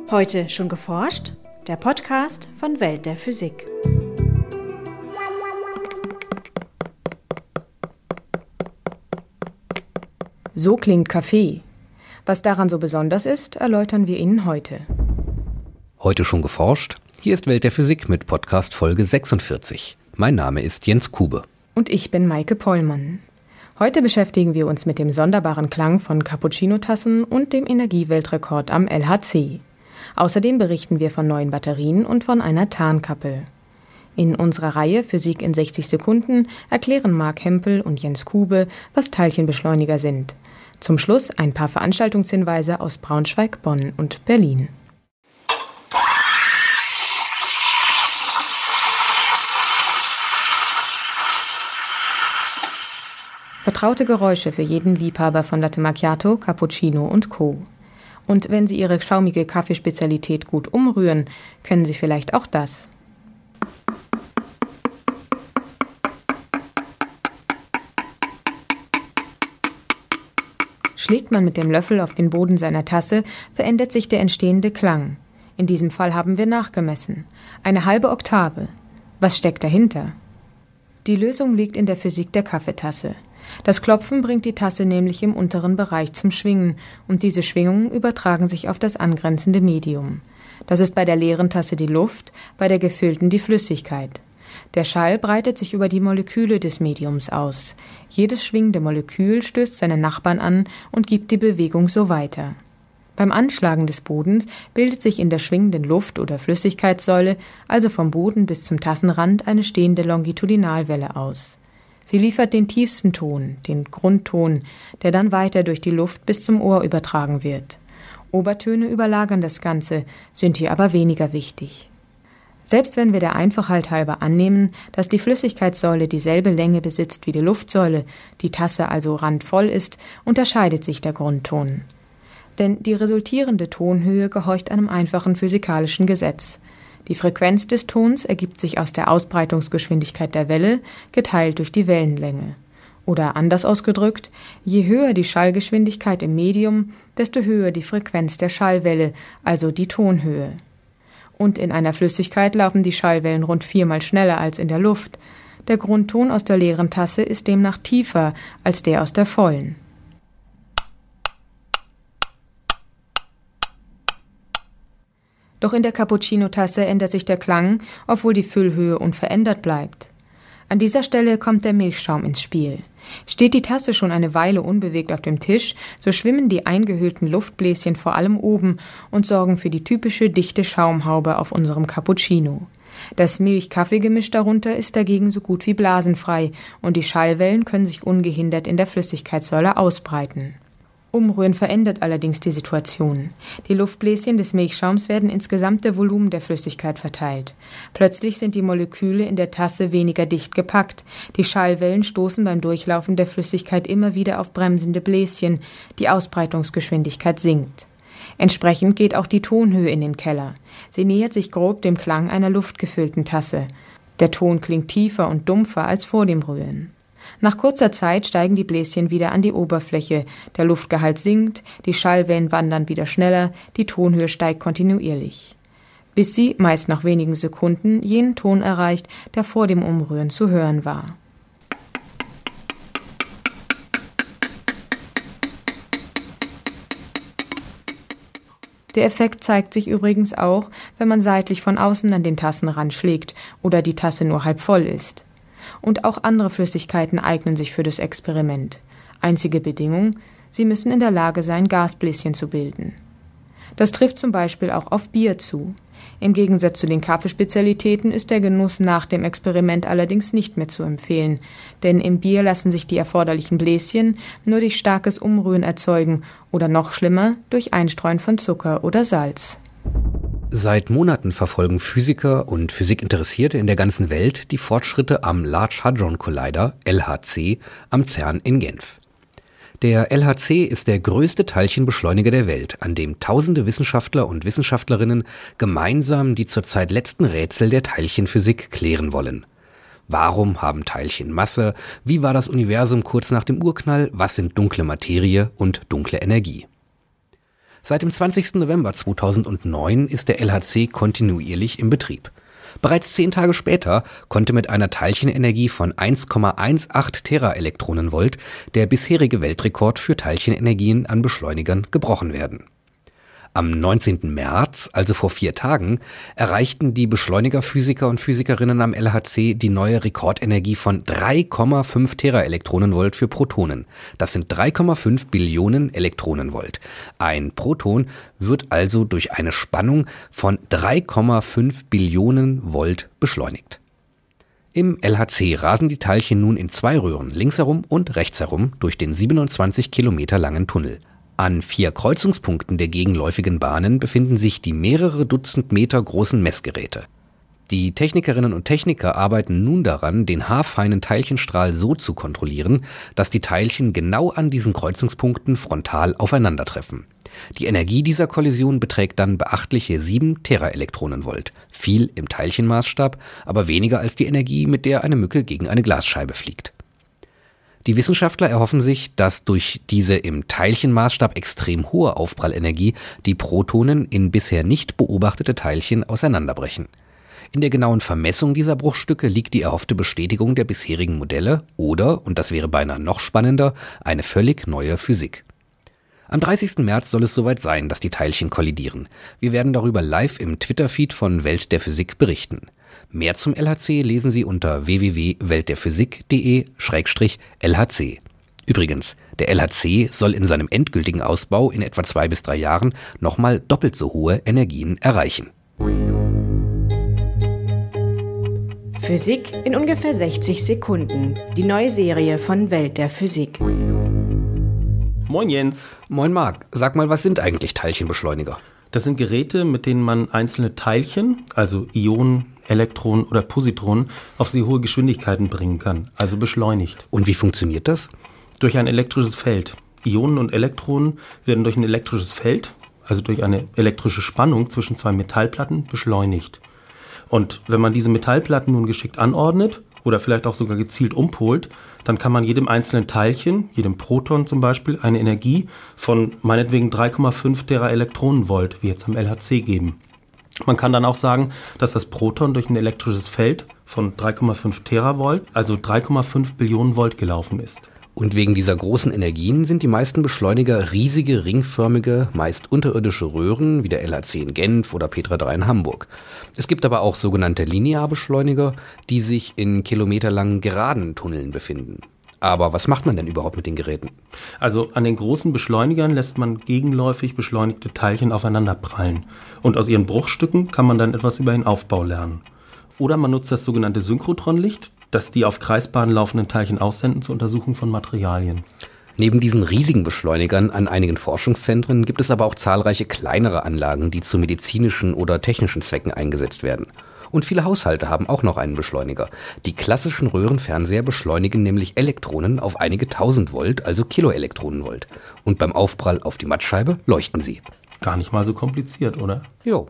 Heute schon geforscht? Der Podcast von Welt der Physik. So klingt Kaffee. Was daran so besonders ist, erläutern wir Ihnen heute. Heute schon geforscht? Hier ist Welt der Physik mit Podcast Folge 46. Mein Name ist Jens Kube. Und ich bin Maike Pollmann. Heute beschäftigen wir uns mit dem sonderbaren Klang von Cappuccino-Tassen und dem Energieweltrekord am LHC. Außerdem berichten wir von neuen Batterien und von einer Tarnkappe. In unserer Reihe Physik in 60 Sekunden erklären Marc Hempel und Jens Kube, was Teilchenbeschleuniger sind. Zum Schluss ein paar Veranstaltungshinweise aus Braunschweig, Bonn und Berlin. Vertraute Geräusche für jeden Liebhaber von Latte Macchiato, Cappuccino und Co. Und wenn Sie Ihre schaumige Kaffeespezialität gut umrühren, können Sie vielleicht auch das. Schlägt man mit dem Löffel auf den Boden seiner Tasse, verändert sich der entstehende Klang. In diesem Fall haben wir nachgemessen. Eine halbe Oktave. Was steckt dahinter? Die Lösung liegt in der Physik der Kaffeetasse. Das Klopfen bringt die Tasse nämlich im unteren Bereich zum Schwingen und diese Schwingungen übertragen sich auf das angrenzende Medium. Das ist bei der leeren Tasse die Luft, bei der gefüllten die Flüssigkeit. Der Schall breitet sich über die Moleküle des Mediums aus. Jedes schwingende Molekül stößt seine Nachbarn an und gibt die Bewegung so weiter. Beim Anschlagen des Bodens bildet sich in der schwingenden Luft- oder Flüssigkeitssäule, also vom Boden bis zum Tassenrand, eine stehende Longitudinalwelle aus. Sie liefert den tiefsten Ton, den Grundton, der dann weiter durch die Luft bis zum Ohr übertragen wird. Obertöne überlagern das Ganze, sind hier aber weniger wichtig. Selbst wenn wir der Einfachheit halber annehmen, dass die Flüssigkeitssäule dieselbe Länge besitzt wie die Luftsäule, die Tasse also randvoll ist, unterscheidet sich der Grundton. Denn die resultierende Tonhöhe gehorcht einem einfachen physikalischen Gesetz. Die Frequenz des Tons ergibt sich aus der Ausbreitungsgeschwindigkeit der Welle, geteilt durch die Wellenlänge. Oder anders ausgedrückt, je höher die Schallgeschwindigkeit im Medium, desto höher die Frequenz der Schallwelle, also die Tonhöhe. Und in einer Flüssigkeit laufen die Schallwellen rund 4-mal schneller als in der Luft. Der Grundton aus der leeren Tasse ist demnach tiefer als der aus der vollen. Doch in der Cappuccino-Tasse ändert sich der Klang, obwohl die Füllhöhe unverändert bleibt. An dieser Stelle kommt der Milchschaum ins Spiel. Steht die Tasse schon eine Weile unbewegt auf dem Tisch, so schwimmen die eingehüllten Luftbläschen vor allem oben und sorgen für die typische dichte Schaumhaube auf unserem Cappuccino. Das Milch-Kaffee-Gemisch darunter ist dagegen so gut wie blasenfrei und die Schallwellen können sich ungehindert in der Flüssigkeitssäule ausbreiten. Umrühren verändert allerdings die Situation. Die Luftbläschen des Milchschaums werden ins gesamte Volumen der Flüssigkeit verteilt. Plötzlich sind die Moleküle in der Tasse weniger dicht gepackt. Die Schallwellen stoßen beim Durchlaufen der Flüssigkeit immer wieder auf bremsende Bläschen. Die Ausbreitungsgeschwindigkeit sinkt. Entsprechend geht auch die Tonhöhe in den Keller. Sie nähert sich grob dem Klang einer luftgefüllten Tasse. Der Ton klingt tiefer und dumpfer als vor dem Rühren. Nach kurzer Zeit steigen die Bläschen wieder an die Oberfläche, der Luftgehalt sinkt, die Schallwellen wandern wieder schneller, die Tonhöhe steigt kontinuierlich. Bis sie, meist nach wenigen Sekunden, jenen Ton erreicht, der vor dem Umrühren zu hören war. Der Effekt zeigt sich übrigens auch, wenn man seitlich von außen an den Tassenrand schlägt oder die Tasse nur halb voll ist. Und auch andere Flüssigkeiten eignen sich für das Experiment. Einzige Bedingung, sie müssen in der Lage sein, Gasbläschen zu bilden. Das trifft zum Beispiel auch auf Bier zu. Im Gegensatz zu den Kaffeespezialitäten ist der Genuss nach dem Experiment allerdings nicht mehr zu empfehlen, denn im Bier lassen sich die erforderlichen Bläschen nur durch starkes Umrühren erzeugen oder noch schlimmer, durch Einstreuen von Zucker oder Salz. Seit Monaten verfolgen Physiker und Physikinteressierte in der ganzen Welt die Fortschritte am Large Hadron Collider, LHC, am CERN in Genf. Der LHC ist der größte Teilchenbeschleuniger der Welt, an dem tausende Wissenschaftler und Wissenschaftlerinnen gemeinsam die zurzeit letzten Rätsel der Teilchenphysik klären wollen. Warum haben Teilchen Masse? Wie war das Universum kurz nach dem Urknall? Was sind dunkle Materie und dunkle Energie? Seit dem 20. November 2009 ist der LHC kontinuierlich im Betrieb. Bereits 10 Tage später konnte mit einer Teilchenenergie von 1,18 Teraelektronenvolt der bisherige Weltrekord für Teilchenenergien an Beschleunigern gebrochen werden. Am 19. März, also vor 4 Tagen, erreichten die Beschleunigerphysiker und Physikerinnen am LHC die neue Rekordenergie von 3,5 Teraelektronenvolt für Protonen. Das sind 3,5 Billionen Elektronenvolt. Ein Proton wird also durch eine Spannung von 3,5 Billionen Volt beschleunigt. Im LHC rasen die Teilchen nun in 2 Röhren, links herum und rechts herum, durch den 27 Kilometer langen Tunnel. An 4 Kreuzungspunkten der gegenläufigen Bahnen befinden sich die mehrere Dutzend Meter großen Messgeräte. Die Technikerinnen und Techniker arbeiten nun daran, den haarfeinen Teilchenstrahl so zu kontrollieren, dass die Teilchen genau an diesen Kreuzungspunkten frontal aufeinandertreffen. Die Energie dieser Kollision beträgt dann beachtliche 7 Teraelektronenvolt. Viel im Teilchenmaßstab, aber weniger als die Energie, mit der eine Mücke gegen eine Glasscheibe fliegt. Die Wissenschaftler erhoffen sich, dass durch diese im Teilchenmaßstab extrem hohe Aufprallenergie die Protonen in bisher nicht beobachtete Teilchen auseinanderbrechen. In der genauen Vermessung dieser Bruchstücke liegt die erhoffte Bestätigung der bisherigen Modelle oder, und das wäre beinahe noch spannender, eine völlig neue Physik. Am 30. März soll es soweit sein, dass die Teilchen kollidieren. Wir werden darüber live im Twitter-Feed von Welt der Physik berichten. Mehr zum LHC lesen Sie unter www.weltderphysik.de/LHC. Übrigens, der LHC soll in seinem endgültigen Ausbau in etwa 2 bis 3 Jahren nochmal doppelt so hohe Energien erreichen. Physik in ungefähr 60 Sekunden. Die neue Serie von Welt der Physik. Moin Jens. Moin Marc. Sag mal, was sind eigentlich Teilchenbeschleuniger? Das sind Geräte, mit denen man einzelne Teilchen, also Ionen, Elektronen oder Positronen, auf sehr hohe Geschwindigkeiten bringen kann, also beschleunigt. Und wie funktioniert das? Durch ein elektrisches Feld. Ionen und Elektronen werden durch ein elektrisches Feld, also durch eine elektrische Spannung zwischen 2 Metallplatten, beschleunigt. Und wenn man diese Metallplatten nun geschickt anordnet oder vielleicht auch sogar gezielt umpolt, dann kann man jedem einzelnen Teilchen, jedem Proton zum Beispiel, eine Energie von meinetwegen 3,5 Teraelektronenvolt, wie jetzt am LHC, geben. Man kann dann auch sagen, dass das Proton durch ein elektrisches Feld von 3,5 Teravolt, also 3,5 Billionen Volt gelaufen ist. Und wegen dieser großen Energien sind die meisten Beschleuniger riesige, ringförmige, meist unterirdische Röhren, wie der LHC in Genf oder Petra 3 in Hamburg. Es gibt aber auch sogenannte Linearbeschleuniger, die sich in kilometerlangen geraden Tunneln befinden. Aber was macht man denn überhaupt mit den Geräten? Also an den großen Beschleunigern lässt man gegenläufig beschleunigte Teilchen aufeinander prallen. Und aus ihren Bruchstücken kann man dann etwas über den Aufbau lernen. Oder man nutzt das sogenannte Synchrotronlicht, das die auf Kreisbahnen laufenden Teilchen aussenden zur Untersuchung von Materialien. Neben diesen riesigen Beschleunigern an einigen Forschungszentren gibt es aber auch zahlreiche kleinere Anlagen, die zu medizinischen oder technischen Zwecken eingesetzt werden. Und viele Haushalte haben auch noch einen Beschleuniger. Die klassischen Röhrenfernseher beschleunigen nämlich Elektronen auf einige 1000 Volt, also Kiloelektronenvolt. Und beim Aufprall auf die Mattscheibe leuchten sie. Gar nicht mal so kompliziert, oder? Jo.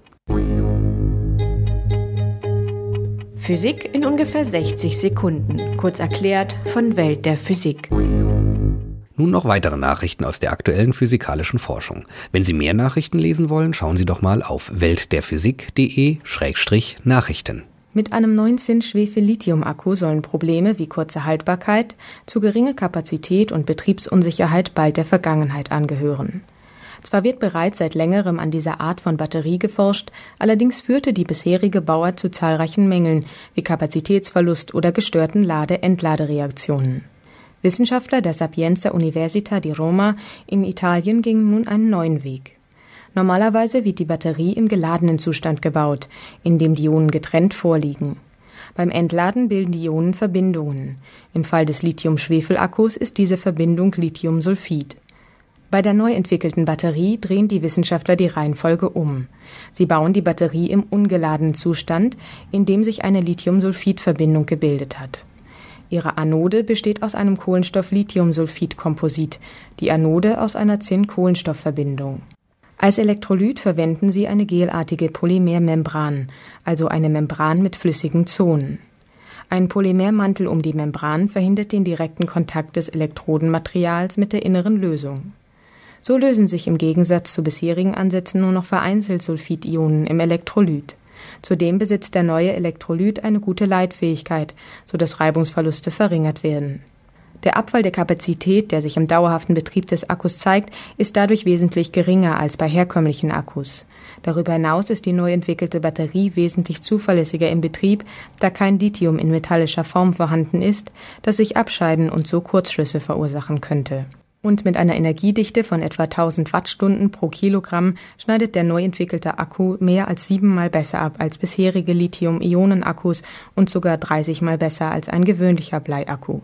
Physik in ungefähr 60 Sekunden. Kurz erklärt von Welt der Physik. Nun noch weitere Nachrichten aus der aktuellen physikalischen Forschung. Wenn Sie mehr Nachrichten lesen wollen, schauen Sie doch mal auf weltderphysik.de/Nachrichten. Mit einem 9-Zinn-Schwefel-Lithium-Akku sollen Probleme wie kurze Haltbarkeit, zu geringe Kapazität und Betriebsunsicherheit bald der Vergangenheit angehören. Zwar wird bereits seit längerem an dieser Art von Batterie geforscht, allerdings führte die bisherige Bauart zu zahlreichen Mängeln wie Kapazitätsverlust oder gestörten Lade-Entladereaktionen. Wissenschaftler der Sapienza Università di Roma in Italien gingen nun einen neuen Weg. Normalerweise wird die Batterie im geladenen Zustand gebaut, in dem die Ionen getrennt vorliegen. Beim Entladen bilden die Ionen Verbindungen. Im Fall des Lithium-Schwefel-Akkus ist diese Verbindung Lithiumsulfid. Bei der neu entwickelten Batterie drehen die Wissenschaftler die Reihenfolge um. Sie bauen die Batterie im ungeladenen Zustand, in dem sich eine Lithiumsulfid-Verbindung gebildet hat. Ihre Anode besteht aus einem Kohlenstoff-Lithiumsulfid-Komposit, die Anode aus einer Zinn-Kohlenstoff-Verbindung. Als Elektrolyt verwenden sie eine gelartige Polymermembran, also eine Membran mit flüssigen Zonen. Ein Polymermantel um die Membran verhindert den direkten Kontakt des Elektrodenmaterials mit der inneren Lösung. So lösen sich im Gegensatz zu bisherigen Ansätzen nur noch vereinzelt Sulfidionen im Elektrolyt. Zudem besitzt der neue Elektrolyt eine gute Leitfähigkeit, sodass Reibungsverluste verringert werden. Der Abfall der Kapazität, der sich im dauerhaften Betrieb des Akkus zeigt, ist dadurch wesentlich geringer als bei herkömmlichen Akkus. Darüber hinaus ist die neu entwickelte Batterie wesentlich zuverlässiger im Betrieb, da kein Lithium in metallischer Form vorhanden ist, das sich abscheiden und so Kurzschlüsse verursachen könnte. Und mit einer Energiedichte von etwa 1000 Wattstunden pro Kilogramm schneidet der neu entwickelte Akku mehr als 7-mal besser ab als bisherige Lithium-Ionen-Akkus und sogar 30-mal besser als ein gewöhnlicher Bleiakku.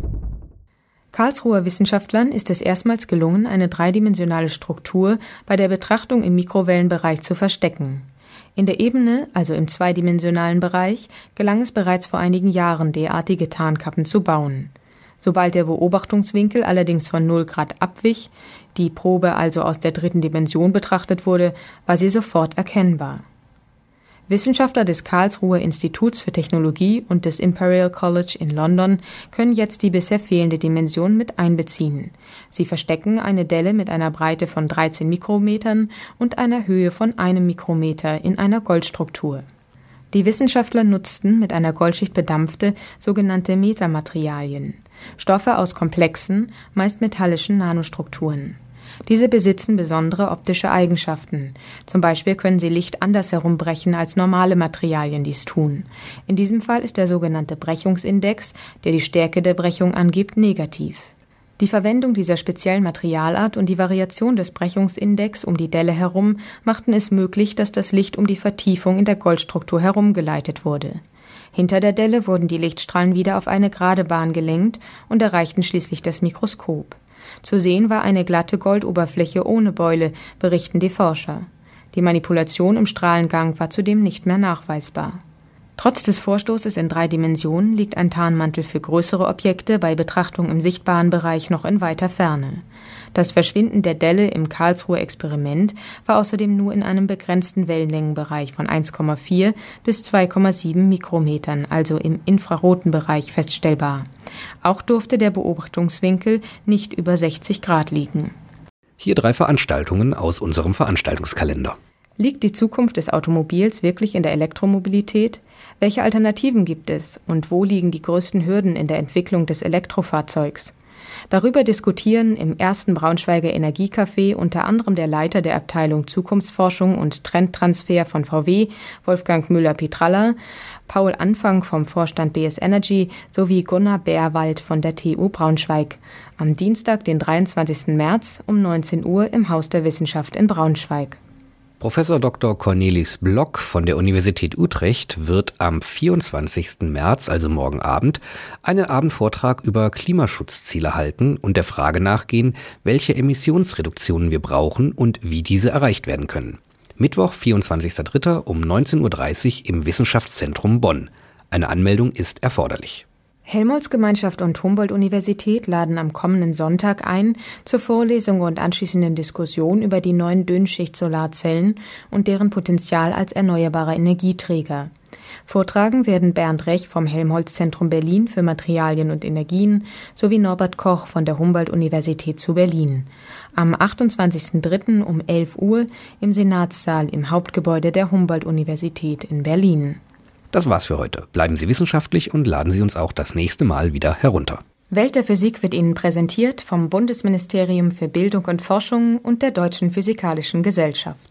Karlsruher Wissenschaftlern ist es erstmals gelungen, eine dreidimensionale Struktur bei der Betrachtung im Mikrowellenbereich zu verstecken. In der Ebene, also im zweidimensionalen Bereich, gelang es bereits vor einigen Jahren, derartige Tarnkappen zu bauen. Sobald der Beobachtungswinkel allerdings von 0 Grad abwich, die Probe also aus der dritten Dimension betrachtet wurde, war sie sofort erkennbar. Wissenschaftler des Karlsruher Instituts für Technologie und des Imperial College in London können jetzt die bisher fehlende Dimension mit einbeziehen. Sie verstecken eine Delle mit einer Breite von 13 Mikrometern und einer Höhe von 1 Mikrometer in einer Goldstruktur. Die Wissenschaftler nutzten mit einer Goldschicht bedampfte sogenannte Metamaterialien, Stoffe aus komplexen, meist metallischen Nanostrukturen. Diese besitzen besondere optische Eigenschaften. Zum Beispiel können sie Licht andersherum brechen, als normale Materialien dies tun. In diesem Fall ist der sogenannte Brechungsindex, der die Stärke der Brechung angibt, negativ. Die Verwendung dieser speziellen Materialart und die Variation des Brechungsindex um die Delle herum machten es möglich, dass das Licht um die Vertiefung in der Goldstruktur herumgeleitet wurde. Hinter der Delle wurden die Lichtstrahlen wieder auf eine gerade Bahn gelenkt und erreichten schließlich das Mikroskop. Zu sehen war eine glatte Goldoberfläche ohne Beule, berichten die Forscher. Die Manipulation im Strahlengang war zudem nicht mehr nachweisbar. Trotz des Vorstoßes in 3 Dimensionen liegt ein Tarnmantel für größere Objekte bei Betrachtung im sichtbaren Bereich noch in weiter Ferne. Das Verschwinden der Delle im Karlsruher Experiment war außerdem nur in einem begrenzten Wellenlängenbereich von 1,4 bis 2,7 Mikrometern, also im infraroten Bereich, feststellbar. Auch durfte der Beobachtungswinkel nicht über 60 Grad liegen. Hier 3 Veranstaltungen aus unserem Veranstaltungskalender. Liegt die Zukunft des Automobils wirklich in der Elektromobilität? Welche Alternativen gibt es und wo liegen die größten Hürden in der Entwicklung des Elektrofahrzeugs? Darüber diskutieren im ersten Braunschweiger Energiecafé unter anderem der Leiter der Abteilung Zukunftsforschung und Trendtransfer von VW, Wolfgang Müller-Pietralla, Paul Anfang vom Vorstand BS Energy sowie Gunnar Bärwald von der TU Braunschweig am Dienstag, den 23. März um 19 Uhr im Haus der Wissenschaft in Braunschweig. Professor Dr. Cornelis Block von der Universität Utrecht wird am 24. März, also morgen Abend, einen Abendvortrag über Klimaschutzziele halten und der Frage nachgehen, welche Emissionsreduktionen wir brauchen und wie diese erreicht werden können. Mittwoch, 24.03. um 19.30 Uhr im Wissenschaftszentrum Bonn. Eine Anmeldung ist erforderlich. Helmholtz-Gemeinschaft und Humboldt-Universität laden am kommenden Sonntag ein zur Vorlesung und anschließenden Diskussion über die neuen Dünnschicht-Solarzellen und deren Potenzial als erneuerbarer Energieträger. Vortragen werden Bernd Rech vom Helmholtz-Zentrum Berlin für Materialien und Energien sowie Norbert Koch von der Humboldt-Universität zu Berlin. Am 28.03. um 11 Uhr im Senatssaal im Hauptgebäude der Humboldt-Universität in Berlin. Das war's für heute. Bleiben Sie wissenschaftlich und laden Sie uns auch das nächste Mal wieder herunter. Welt der Physik wird Ihnen präsentiert vom Bundesministerium für Bildung und Forschung und der Deutschen Physikalischen Gesellschaft.